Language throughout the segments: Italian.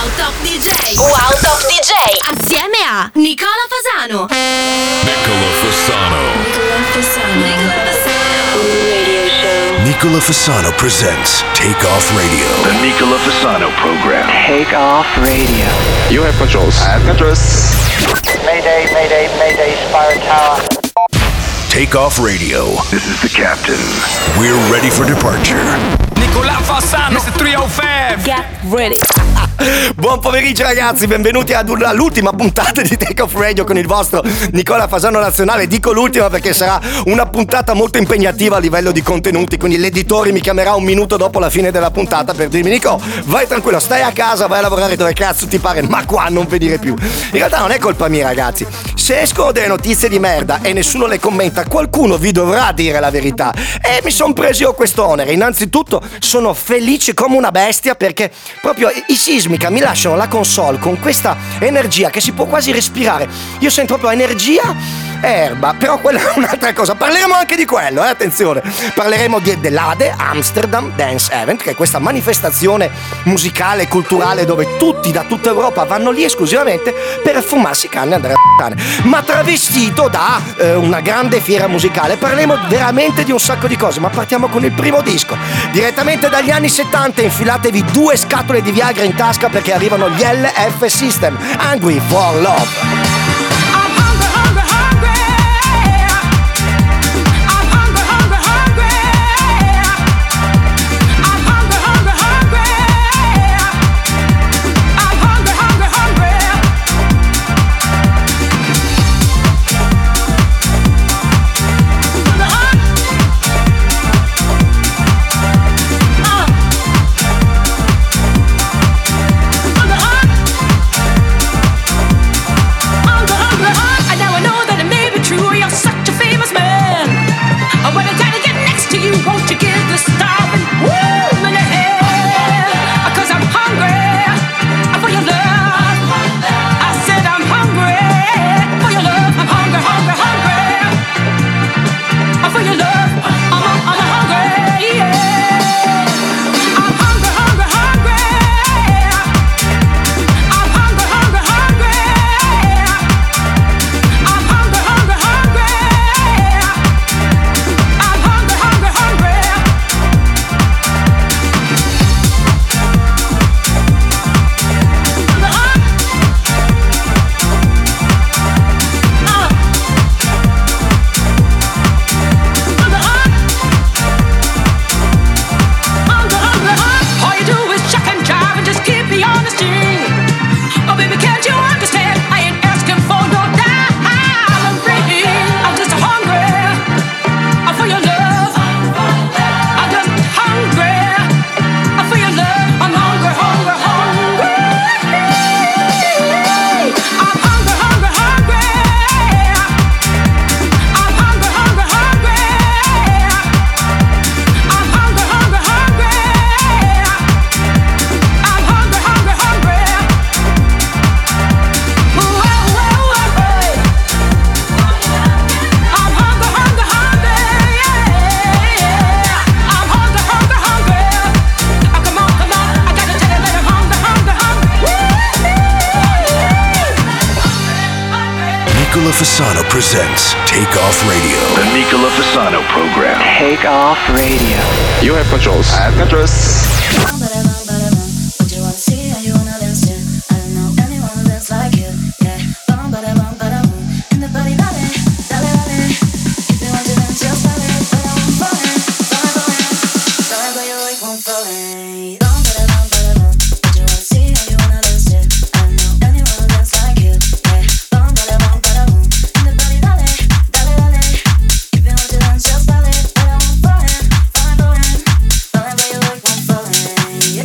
Wow Top DJ. Wow Top DJ. Assieme a Nicola Fasano. Nicola Fasano. Radio show. Nicola Fasano presents Take Off Radio. The Nicola Fasano program. Take Off Radio. You have controls. I have controls. Mayday, mayday, mayday, Spire Tower. Take Off Radio. This is the captain. We're ready for departure. Nicola Fasano, Mr. 305. Get ready. Buon pomeriggio ragazzi, benvenuti all'ultima puntata di Take Off Radio con il vostro Nicola Fasano Nazionale. Dico l'ultima perché sarà una puntata molto impegnativa a livello di contenuti, quindi l'editore mi chiamerà un minuto dopo la fine della puntata per dirmi: Nico, vai tranquillo, stai a casa, vai a lavorare dove cazzo ti pare, ma qua non venire più. In realtà non è colpa mia ragazzi, se escono delle notizie di merda e nessuno le commenta, qualcuno vi dovrà dire la verità, e mi sono preso io questo onere. Innanzitutto sono felice come una bestia perché proprio i Sismica mi lasciano la console con questa energia che si può quasi respirare. Io sento proprio energia erba, però quella è un'altra cosa, parleremo anche di quello, attenzione. Parleremo dell'ADE, Amsterdam Dance Event, che è questa manifestazione musicale e culturale dove tutti da tutta Europa vanno lì esclusivamente per fumarsi canne e andare a p***ane, ma travestito da una grande fiera musicale. Parleremo veramente di un sacco di cose, ma partiamo con il primo disco. Direttamente dagli anni 70 infilatevi 2 scatole di Viagra in tasca perché arrivano gli LF System, Hungry for Love. Fasano presents Take Off Radio. The Nicola Fasano program. Take Off Radio. You have controls. I have controls. Yeah.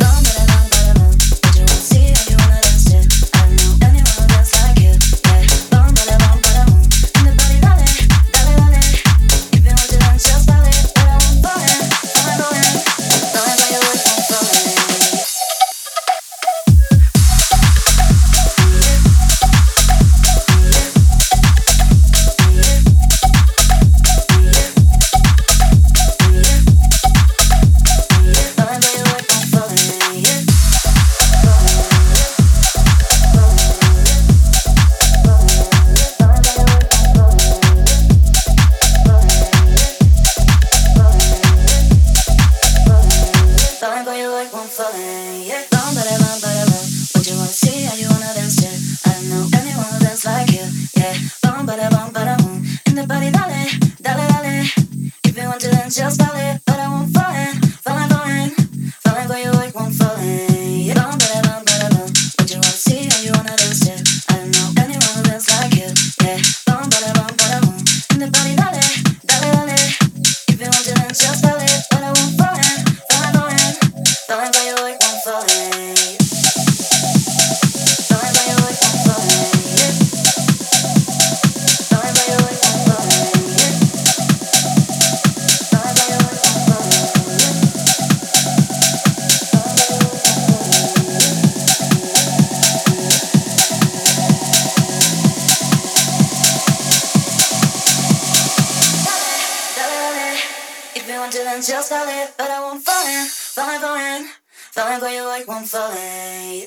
falling, falling, falling, falling for you like one falling.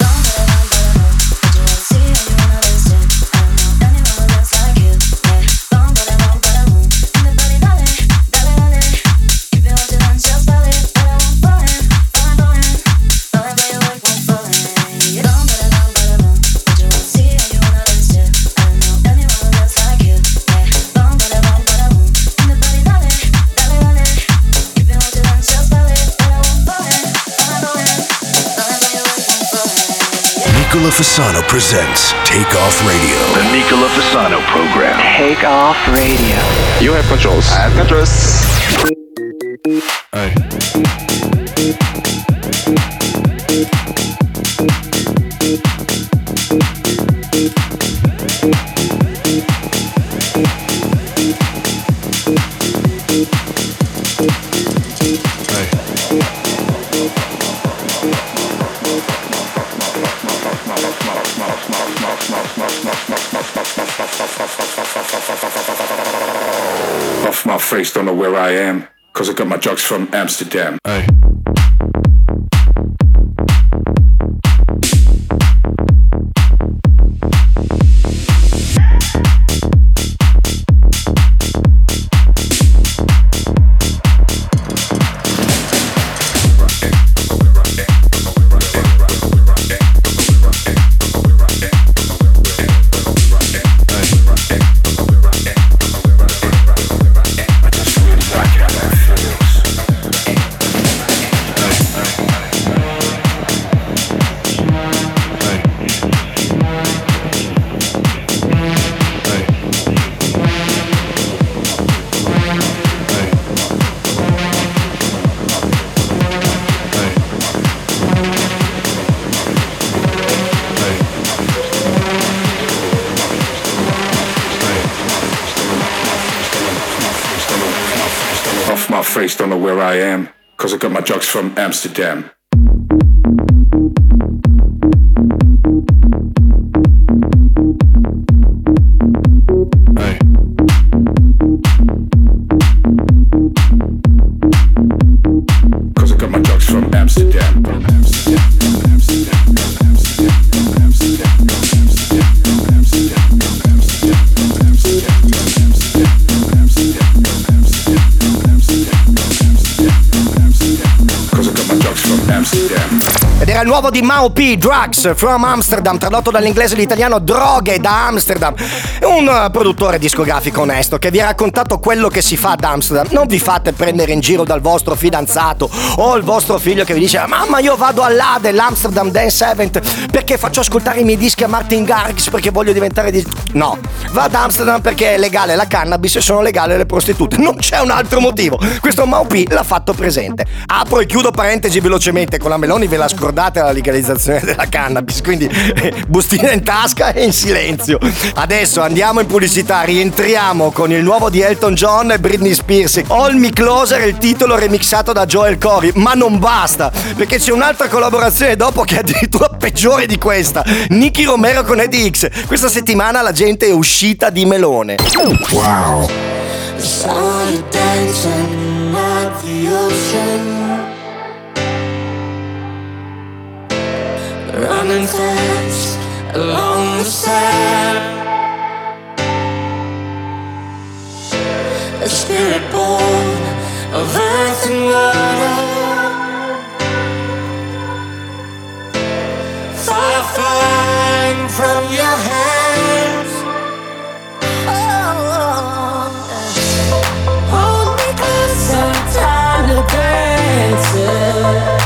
Nicola Fasano presents Take Off Radio. The Nicola Fasano program. Take Off Radio. You have controls. I have controls. Off my face, don't know where I am, cause I got my drugs from Amsterdam. Hey. Off my face, don't know where I am, cause I got my drugs from Amsterdam. Hey. Cause I got my drugs from Amsterdam. Ed era il nuovo di Mau P, Drugs from Amsterdam, tradotto dall'inglese all'italiano Droghe da Amsterdam. È un produttore discografico onesto che vi ha raccontato quello che si fa ad Amsterdam. Non vi fate prendere in giro dal vostro fidanzato o il vostro figlio che vi dice: mamma, io vado all'A dell'Amsterdam Dance Event perché faccio ascoltare i miei dischi a Martin Garrix perché voglio diventare No, va ad Amsterdam perché è legale la cannabis e sono legali le prostitute. Non c'è un altro motivo. Questo Mau P l'ha fatto presente. Apro e chiudo parentesi velocemente. Con la Meloni ve la scordate la legalizzazione della cannabis, quindi bustina in tasca e in silenzio. Adesso andiamo in pubblicità, rientriamo con il nuovo di Elton John e Britney Spears. Hold Me Closer è il titolo remixato da Joel Corey, ma non basta, perché c'è un'altra collaborazione dopo che è addirittura peggiore di questa. Nicky Romero con Eddie X. Questa settimana la gente è uscita di melone. Wow. Running fast along the sand, a spirit born of earth and water, fire flying from your hands. Oh, hold me closer, time to dance.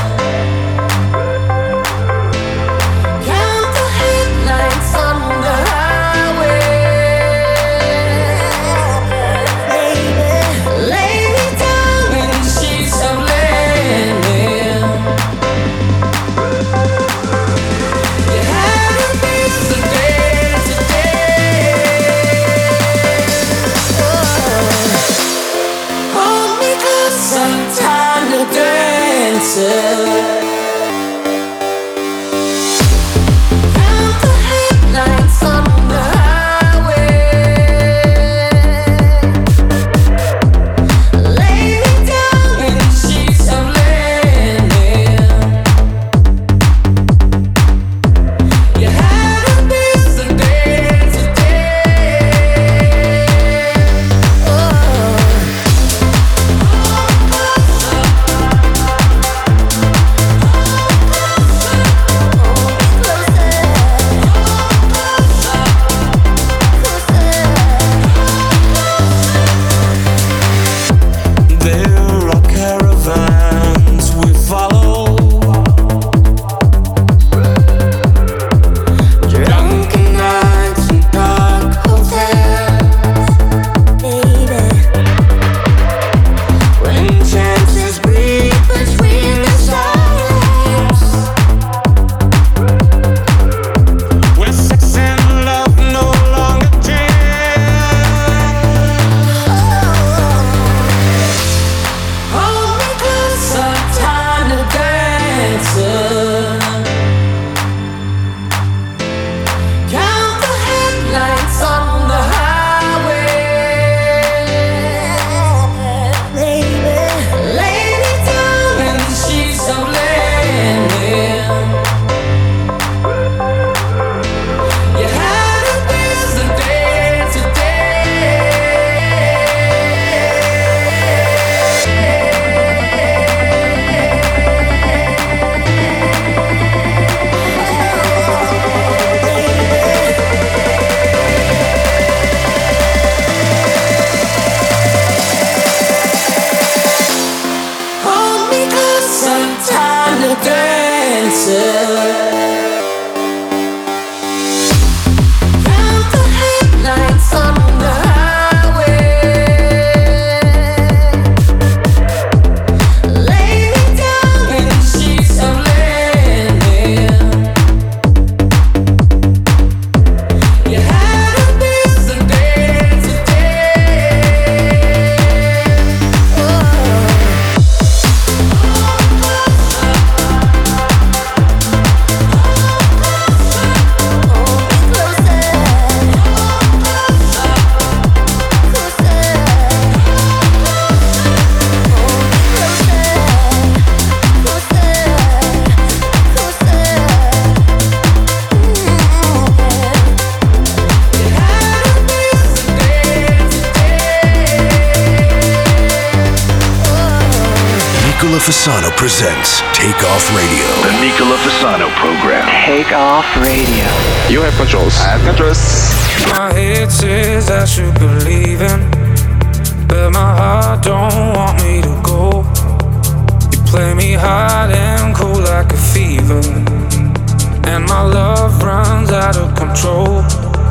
Fasano presents Take Off Radio. The Nicola Fasano program. Take Off Radio. You have controls. I have controls. My head says I should be leaving, but my heart don't want me to go. You play me hot and cold like a fever, and my love runs out of control.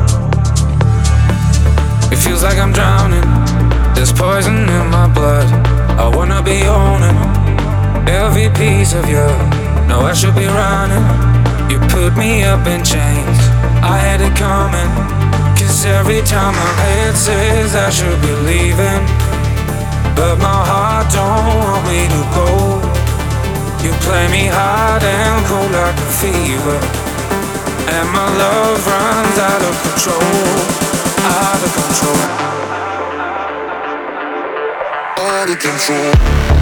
It feels like I'm drowning, there's poison in my blood. I wanna be owning every piece of you. No, I should be running. You put me up in chains, I had it coming. Cause every time my head says I should be leaving, but my heart don't want me to go. You play me hot and cold like a fever, and my love runs out of control. Out of control. Out of control.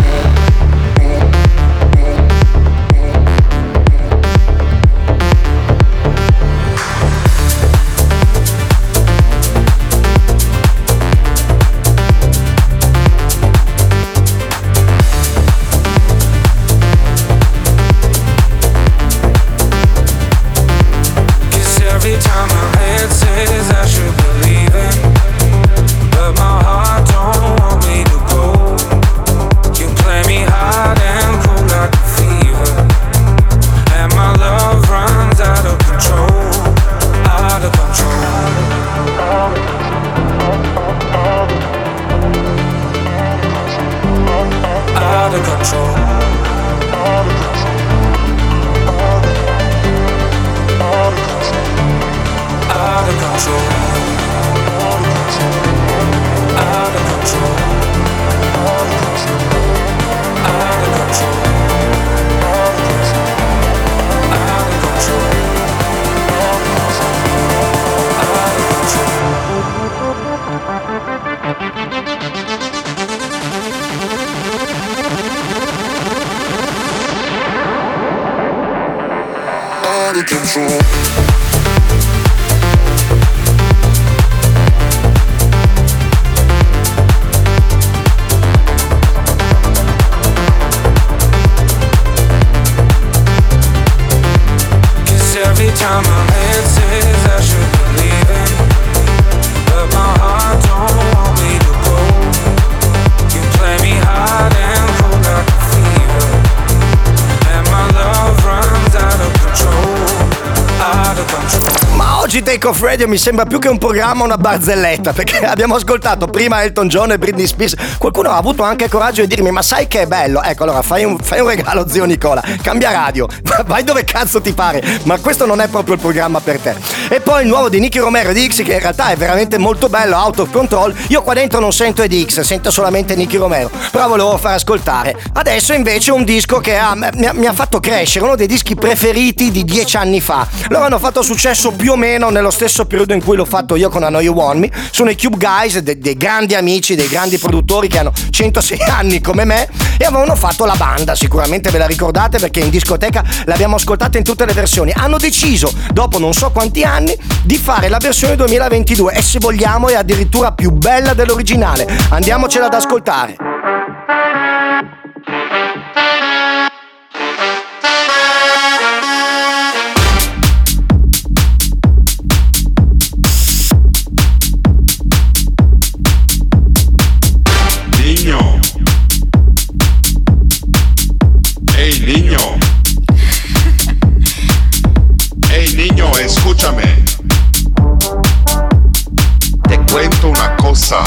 Take Off Radio mi sembra più che un programma, una barzelletta, perché abbiamo ascoltato prima Elton John e Britney Spears. Qualcuno ha avuto anche coraggio di dirmi: ma sai che è bello? Ecco, allora fai un regalo, zio Nicola, cambia radio, vai dove cazzo ti pare, ma questo non è proprio il programma per te. E poi il nuovo di Nicky Romero ed X, che in realtà è veramente molto bello, Out of Control. Io qua dentro non sento EDX, sento solamente Nicky Romero, però volevo far ascoltare. Adesso invece un disco che mi ha fatto crescere, uno dei dischi preferiti di 10 anni fa. Loro hanno fatto successo più o meno nello stesso periodo in cui l'ho fatto io con I Know You Want Me. Sono i Cube Guys, dei grandi amici, dei grandi produttori che hanno 106 anni come me e avevano fatto La Banda, sicuramente ve la ricordate perché in discoteca l'abbiamo ascoltata in tutte le versioni. Hanno deciso, dopo non so quanti anni, di fare la versione 2022 e se vogliamo è addirittura più bella dell'originale. Andiamocela ad ascoltare. Escúchame, te cuento una cosa.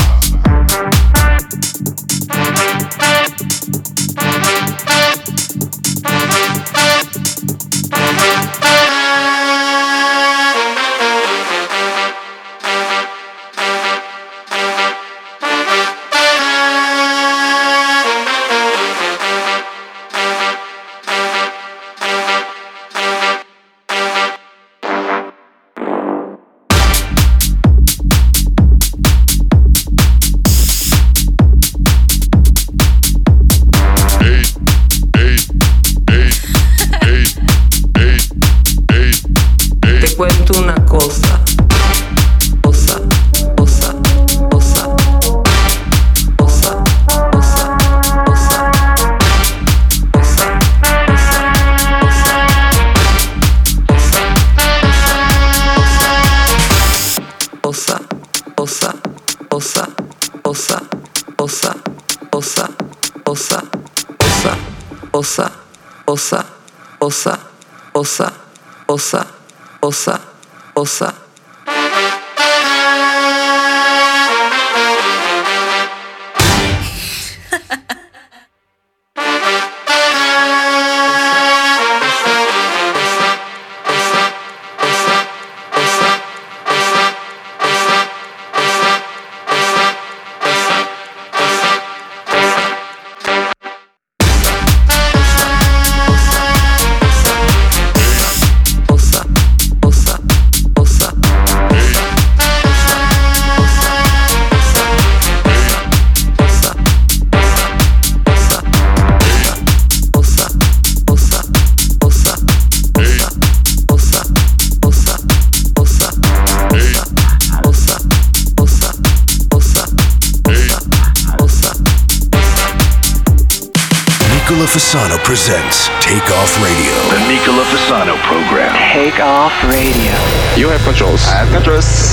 ossa, ossa, ossa, ossa, ossa, ossa, ossa, ossa, ossa, ossa, ossa, ossa. Fasano presents Take Off Radio. The Nicola Fasano program. Take Off Radio. You have controls. I have controls.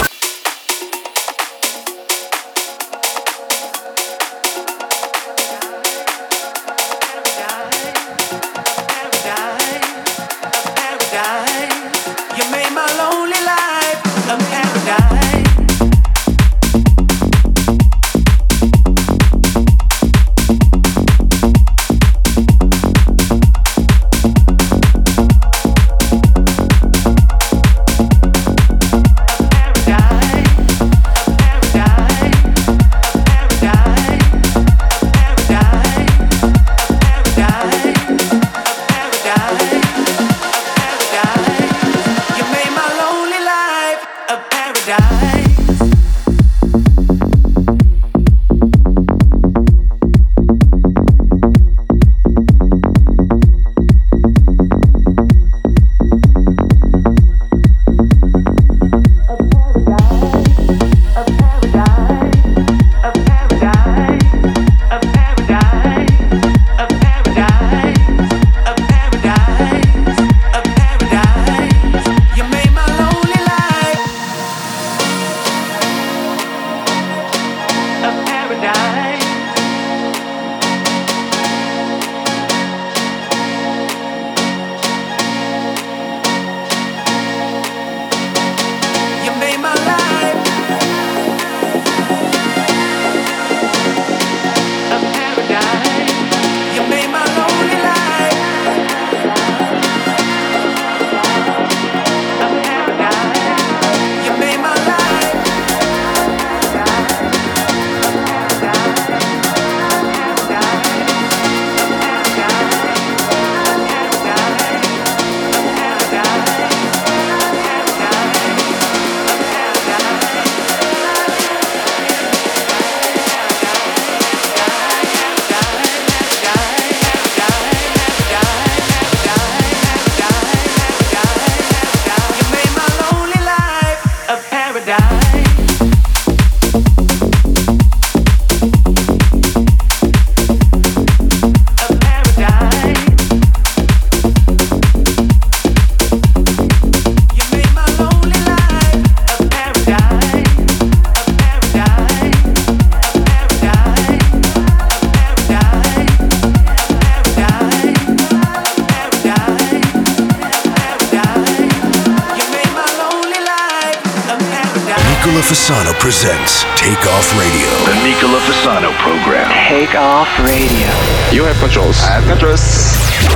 Fasano presents Take Off Radio. The Nicola Fasano program. Take Off Radio. You have controls. I have controls.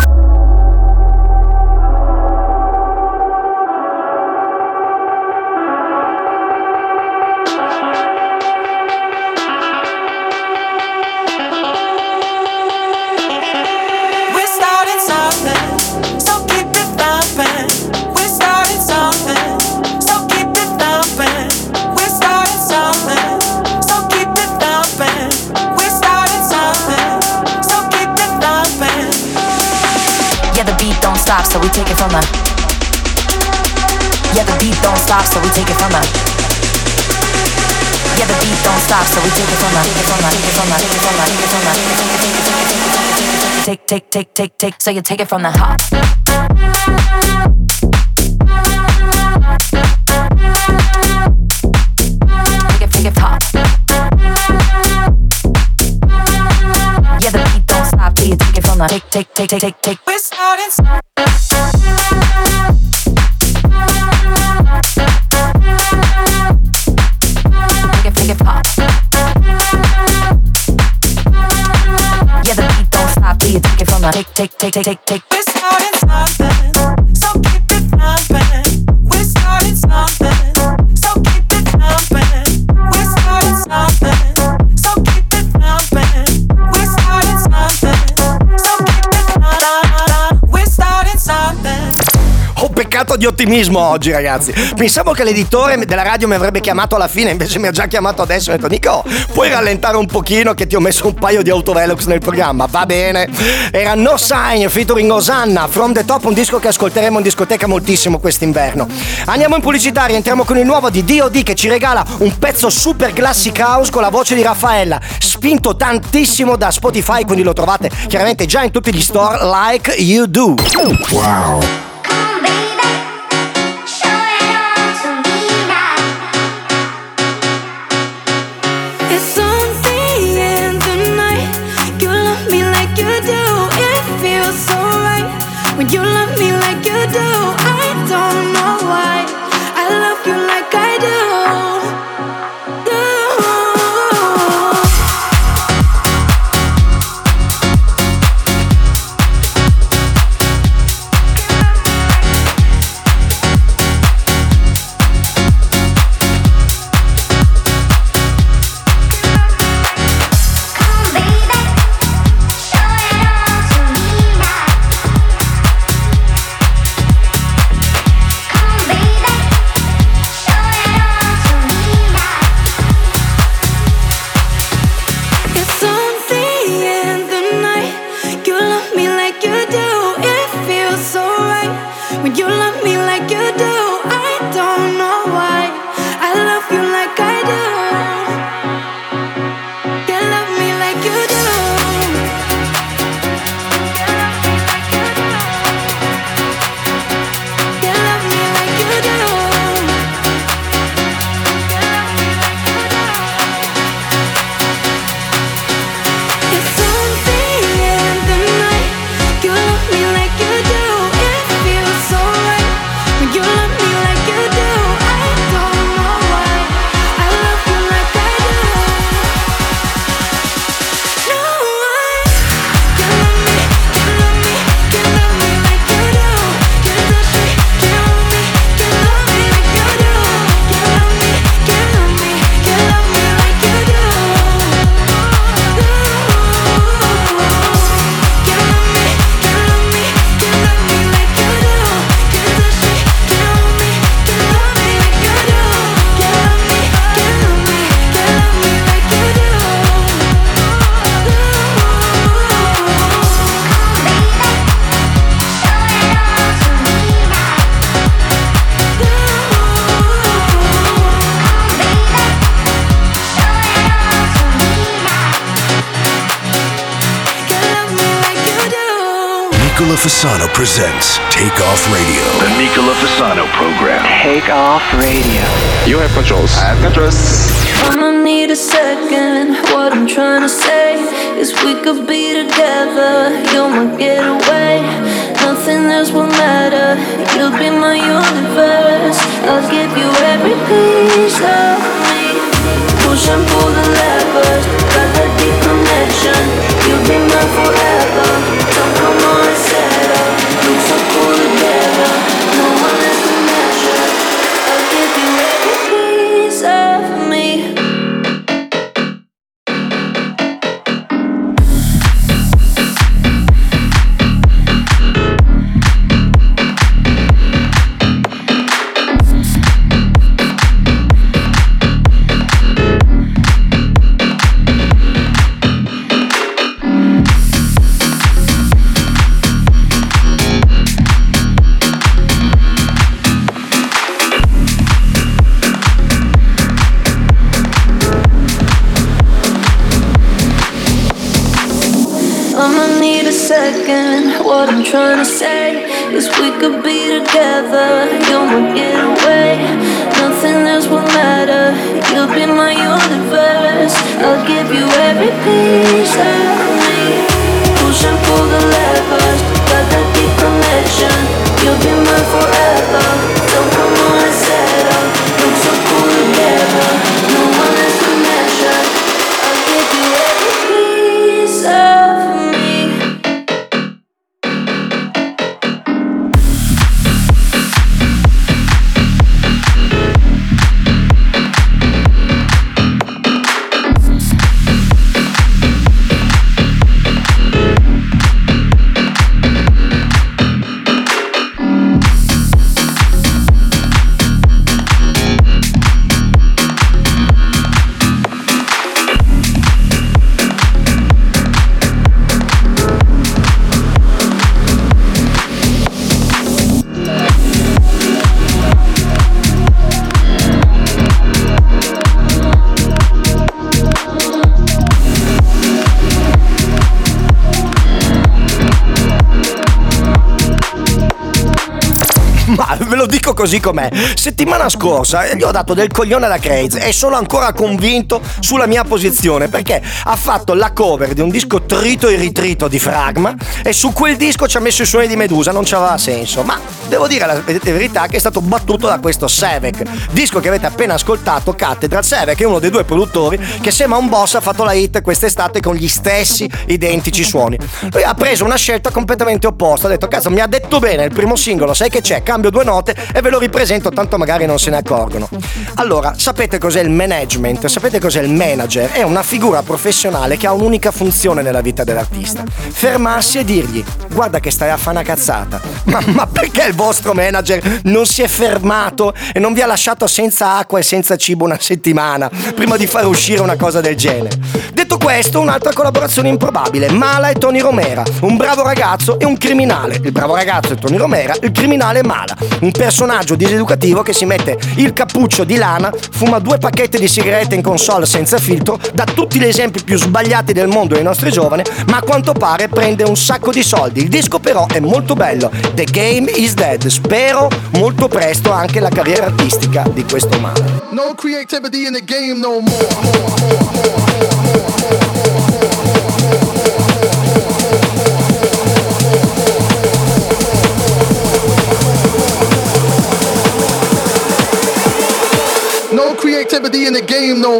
So we take it from the. Yeah, the beat don't stop, so we take it from the. Yeah, the beat don't stop, so we take it from the. Take. So you take it from the hop. Take it top. take. We're starting. Make it pop. Yeah, the beat don't stop till you take it from the take. We're starting something, so keep it pumping. We're starting something, so keep it pumping. We're starting something, so keep it pumping. We're starting something, so keep it pumping. We're starting something. Ho peccato di ottimismo oggi, ragazzi. Pensavo che l'editore della radio mi avrebbe chiamato alla fine, invece mi ha già chiamato adesso. Mi ha detto: Nico, puoi rallentare un pochino che ti ho messo un paio di autovelox nel programma. Va bene. Era No Sign featuring Osanna, From the Top, un disco che ascolteremo in discoteca moltissimo quest'inverno. Andiamo in pubblicità, rientriamo con il nuovo di D.O.D. che ci regala un pezzo super classic house con la voce di Raffaella, spinto tantissimo da Spotify, quindi lo trovate chiaramente già in tutti gli store, Like You Do. Wow. When you love me like you do, I don't know why I love you like I do. Nicola Fasano presents Take Off Radio. The Nicola Fasano program. Take Off Radio. You have controls. I have controls. I'ma need a second. What I'm trying to say is we could be together. You're my getaway. Nothing else will matter. You'll be my universe. I'll give you every piece of me. Push and pull the levers. Got that deep connection. You'll be mine forever. Don't come on and settle. Look so cool together. No one else can measure. I'll give you every piece of me. What I'm trying to say is we could be together. You're my getaway. Nothing else will matter. You'll be my universe. I'll give you every piece of me. Push and pull the lever. dico così com'è. Settimana scorsa gli ho dato del coglione alla Craze e sono ancora convinto sulla mia posizione, perché ha fatto la cover di un disco trito e ritrito di Fragma e su quel disco ci ha messo i suoni di Medusa, non c'aveva senso. Ma devo dire la verità che è stato battuto da questo Sevek, disco che avete appena ascoltato, Cathedral. Sevek è uno dei due produttori che sembra un boss, ha fatto la hit quest'estate con gli stessi identici suoni. Lui ha preso una scelta completamente opposta, ha detto cazzo, mi ha detto bene il primo singolo, sai che c'è, cambio 2 note e ve lo ripresento, tanto magari non se ne accorgono. Allora, sapete cos'è il management? Sapete cos'è il manager? È una figura professionale che ha un'unica funzione nella vita dell'artista: fermarsi e dirgli guarda che stai a fare una cazzata. Ma perché il vostro manager non si è fermato e non vi ha lasciato senza acqua e senza cibo una settimana prima di far uscire una cosa del genere? Detto questo, un'altra collaborazione improbabile: Mala e Tony Romera, un bravo ragazzo e un criminale. Il bravo ragazzo è Tony Romera, il criminale è Mala, un personaggio diseducativo che si mette il cappuccio di lana, fuma 2 pacchetti di sigarette in console senza filtro, dà tutti gli esempi più sbagliati del mondo ai nostri giovani, ma a quanto pare prende un sacco di soldi. Il disco però è molto bello, The Game is Dead. Spero molto presto anche la carriera artistica di questo Mala. No creativity in the game no more. No creativity in the game no more.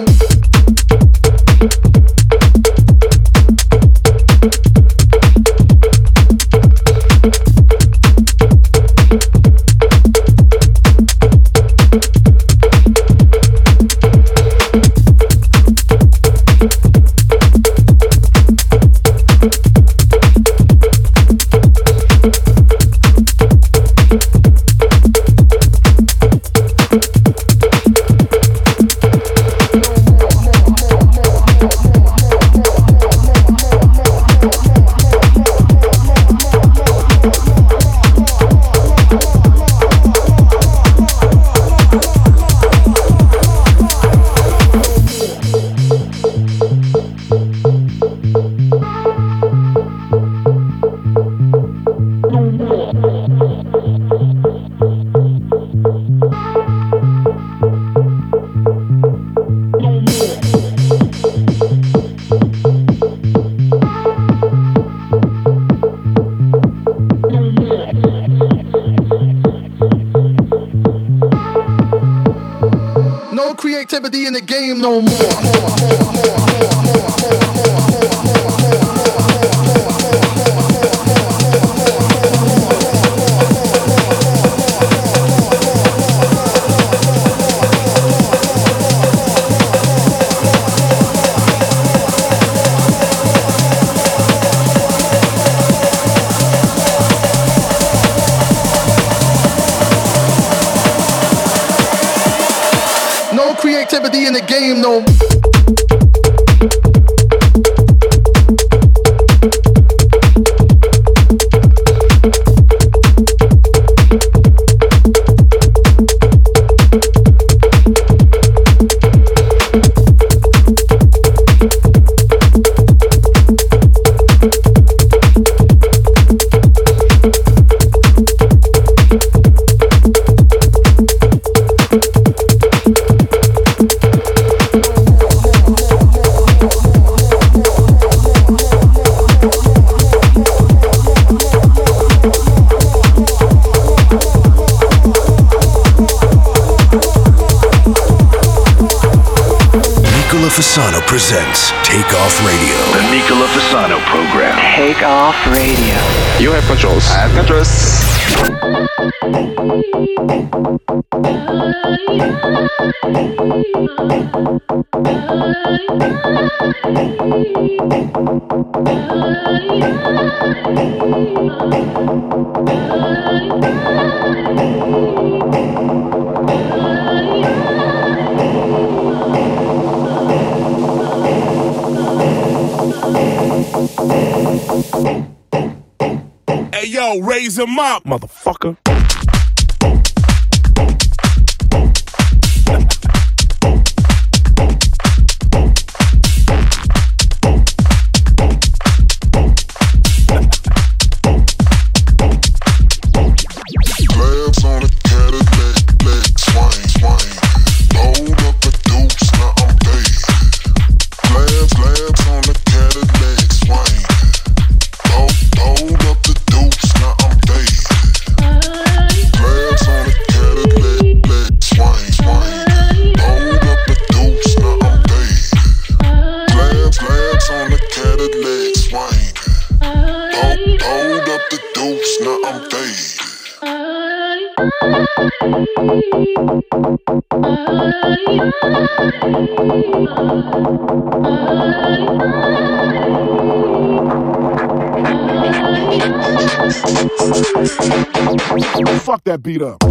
Creativity in the game no more. Creativity in the game no more. Fasano presents Take Off Radio. The Nicola Fasano program. Take Off Radio. You have controls. I have controls. Hey yo, raise him up, motherfucker. Labs on the category. Fuck that beat up.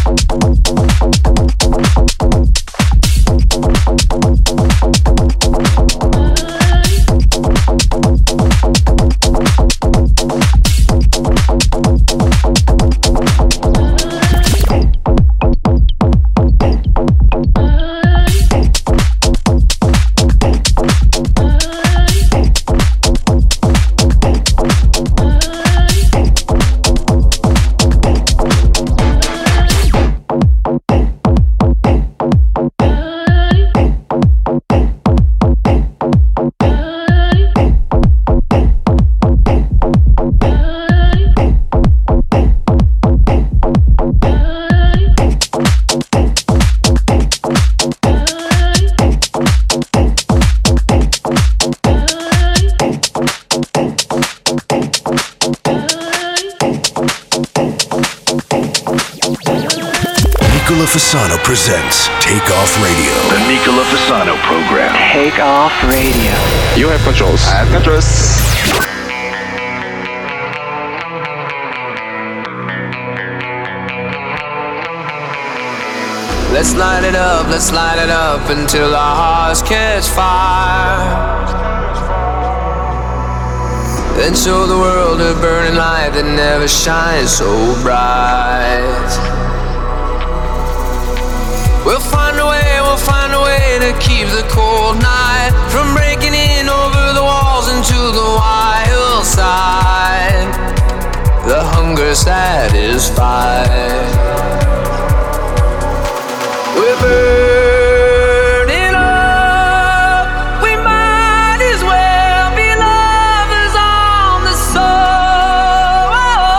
Nicola Fasano presents Take Off Radio. The Nicola Fasano program. Take Off Radio. You have controls. I have controls. Let's light it up until our hearts catch fire. Then show the world a burning light that never shines so bright. We'll find a way to keep the cold night from breaking in over the walls into the wild side. The hunger satisfied. We're burning up. We might as well be lovers on the soul.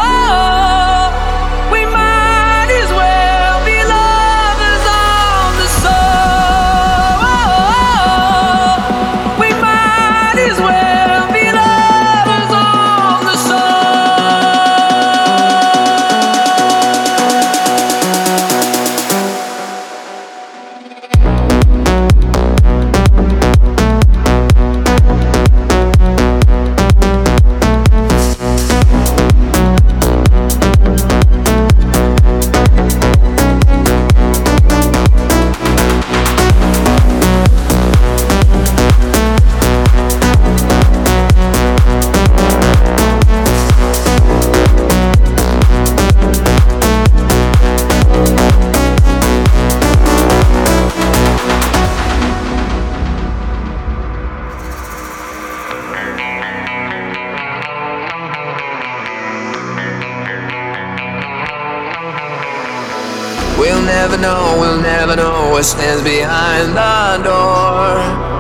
We might as well be lovers on the soul. We might as well be lovers on the soul. We'll never know what stands behind the door.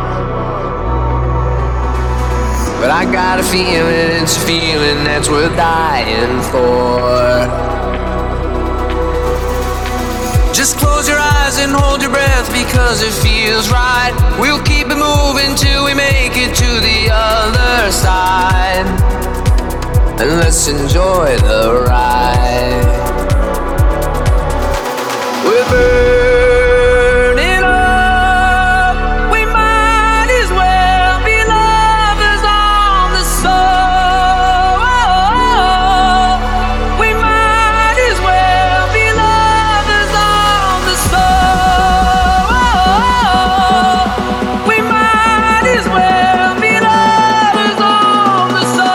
But I got a feeling, it's a feeling that's worth dying for. Just close your eyes and hold your breath because it feels right. We'll keep it moving till we make it to the other side. And let's enjoy the ride. We're burning up. We might as well be lovers on the soul. We might as well be lovers on the soul. We might as well be lovers on the soul.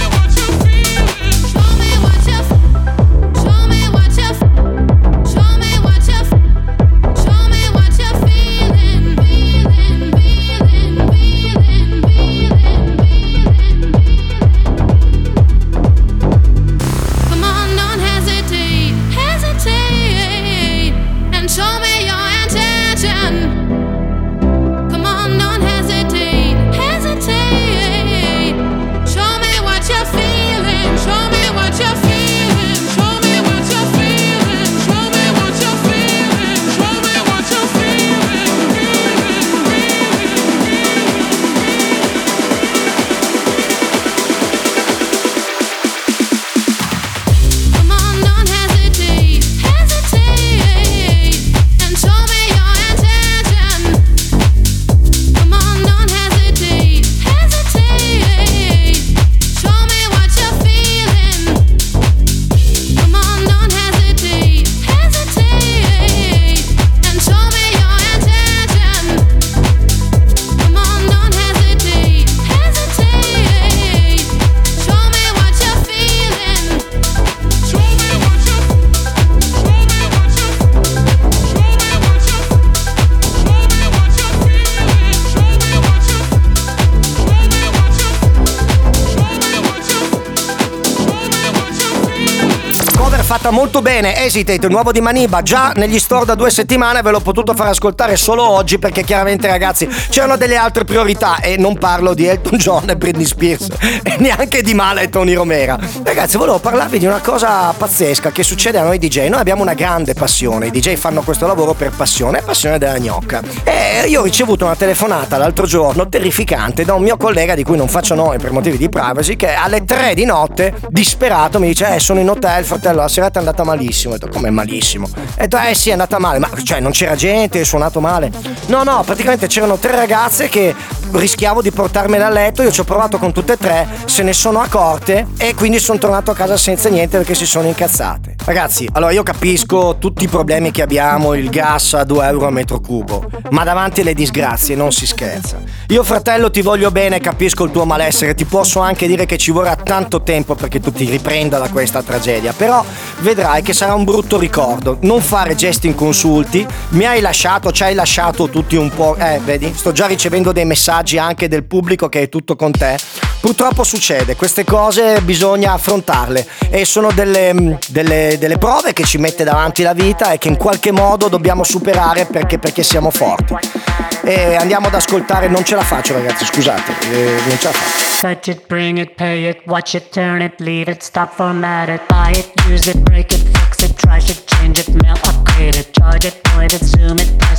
fatta molto bene. Hesitate, il nuovo di Maniba, già negli store da 2 settimane, ve l'ho potuto far ascoltare solo oggi perché chiaramente, ragazzi, c'erano delle altre priorità e non parlo di Elton John e Britney Spears e neanche di Mala e Tony Romera. Ragazzi, volevo parlarvi di una cosa pazzesca che succede a noi DJ. Noi abbiamo una grande passione, i DJ fanno questo lavoro per passione della gnocca. E io ho ricevuto una telefonata l'altro giorno terrificante da un mio collega di cui non faccio nome per motivi di privacy, che alle 3 di notte disperato mi dice sono in hotel, fratello, la serata è andata malissimo. Ho detto come malissimo? Ho detto sì, è andata male. Ma cioè non c'era gente, è suonato male? No, praticamente c'erano 3 ragazze che rischiavo di portarmele a letto. Io ci ho provato con tutte e 3, se ne sono accorte e quindi sono tornato a casa senza niente perché si sono incazzate. Ragazzi, allora io capisco tutti i problemi che abbiamo, il gas a 2 euro a metro cubo, ma davanti alle disgrazie non si scherza. Io, fratello, ti voglio bene, capisco il tuo malessere, ti posso anche dire che ci vorrà tanto tempo perché tu ti riprenda da questa tragedia, però vedrai che sarà un brutto ricordo. Non fare gesti inconsulti. Mi hai lasciato, ci hai lasciato tutti un po', vedi, sto già ricevendo dei messaggi anche del pubblico che è tutto con te. Purtroppo succede, queste cose bisogna affrontarle e sono delle prove che ci mette davanti la vita e che in qualche modo dobbiamo superare perché siamo forti. E andiamo ad ascoltare Non ce la faccio, ragazzi, scusate, non ce la faccio. Fetch it, bring it, pay it, watch it, turn it, leave it, stop, format it, buy it, use it, break it, fix it, trash it, change it, mail, upgrade it, charge it, point it, zoom it,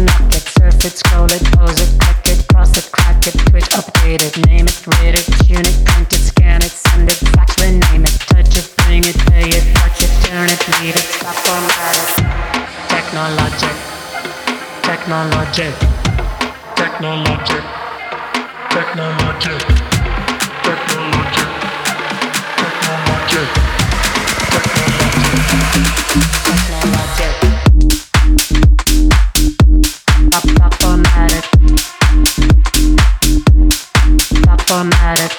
unlock it, surf it, scroll it, pose it, click it, cross it, crack it, twitch, update it, name it, rate it, tune it, print it, scan it, send it, fax, rename it, touch it, bring it, pay it, watch it, turn it, leave it, stop, format it. Technologic, technologic, technologic, technologic, technologic, technologic, technologic. Stop, format it. Stop, format it.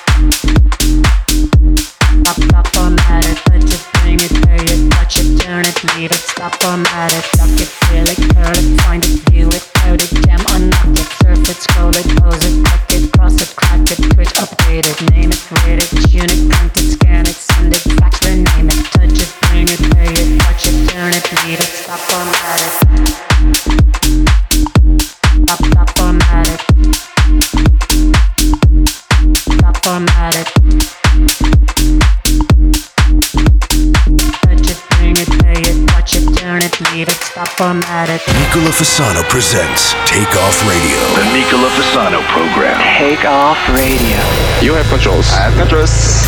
Stop, format it. Touch it, bring it, pay it, touch it, turn it, leave it, stop, format it. Lock it, feel it, curl it, find it, view it, code it, jam, unlock it, surf it, scroll it, pose it, click it, cross it, crack it, twitch, update it, name it, rate it, tune it, print it, scan it, send it, fax, rename it, touch it, bring it, pay it, touch it, turn it, leave it, stop, format it. Stop, format it. Stop, format it. Touch it, bring it, pay it, watch it, turn it, leave it, stop, format it. Nicola Fasano presents Take Off Radio. The Nicola Fasano program. Take Off Radio. You have controls. I have controls.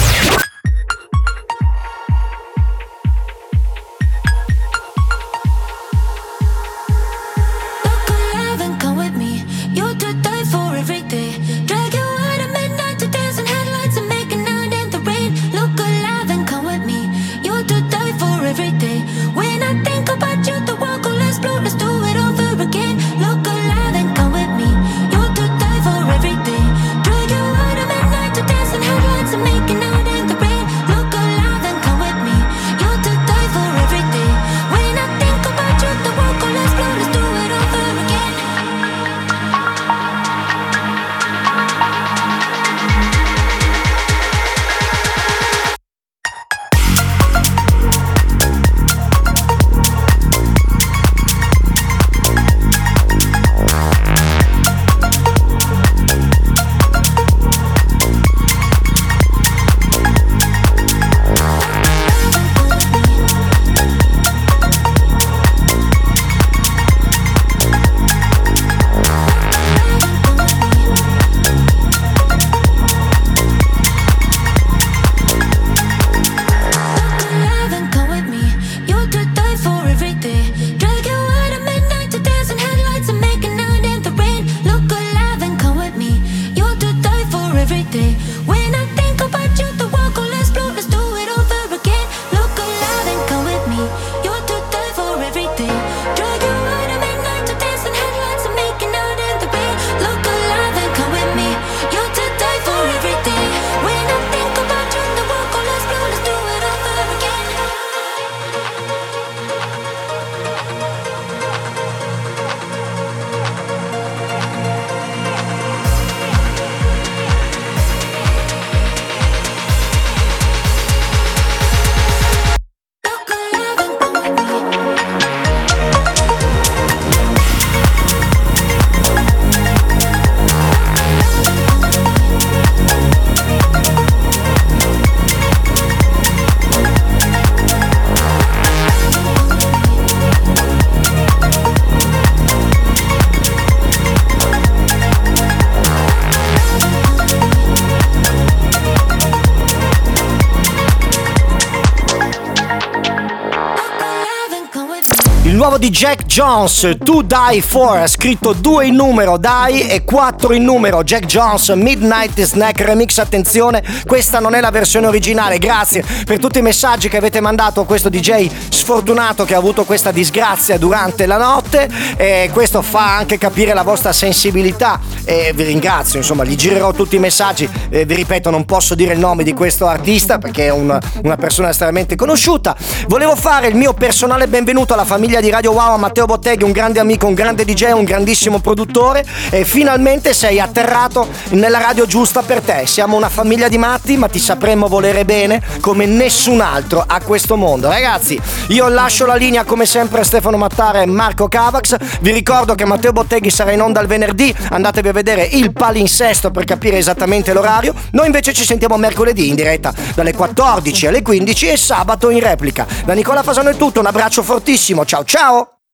Il nuovo di Jack Jones, To Die For, ha scritto 2 in numero, Die, e 4 in numero, Jack Jones, Midnight Snack Remix. Attenzione, questa non è la versione originale. Grazie per tutti i messaggi che avete mandato a questo DJ sfortunato che ha avuto questa disgrazia durante la notte, e questo fa anche capire la vostra sensibilità, e vi ringrazio, insomma, gli girerò tutti i messaggi. Vi ripeto, non posso dire il nome di questo artista perché è una persona estremamente conosciuta. Volevo fare il mio personale benvenuto alla famiglia di Radio Wow, a Matteo Botteghi, un grande amico, un grande DJ, un grandissimo produttore, e finalmente sei atterrato nella radio giusta per te. Siamo una famiglia di matti, ma ti sapremmo volere bene come nessun altro a questo mondo. Ragazzi, io lascio la linea come sempre a Stefano Mattara e Marco Cavax. Vi ricordo che Matteo Botteghi sarà in onda il venerdì, andatevi a vedere il palinsesto per capire esattamente l'orario. Noi invece ci sentiamo mercoledì in diretta dalle 14 alle 15 e sabato in replica. Da Nicola Fasano è tutto, un abbraccio fortissimo, ciao ciao!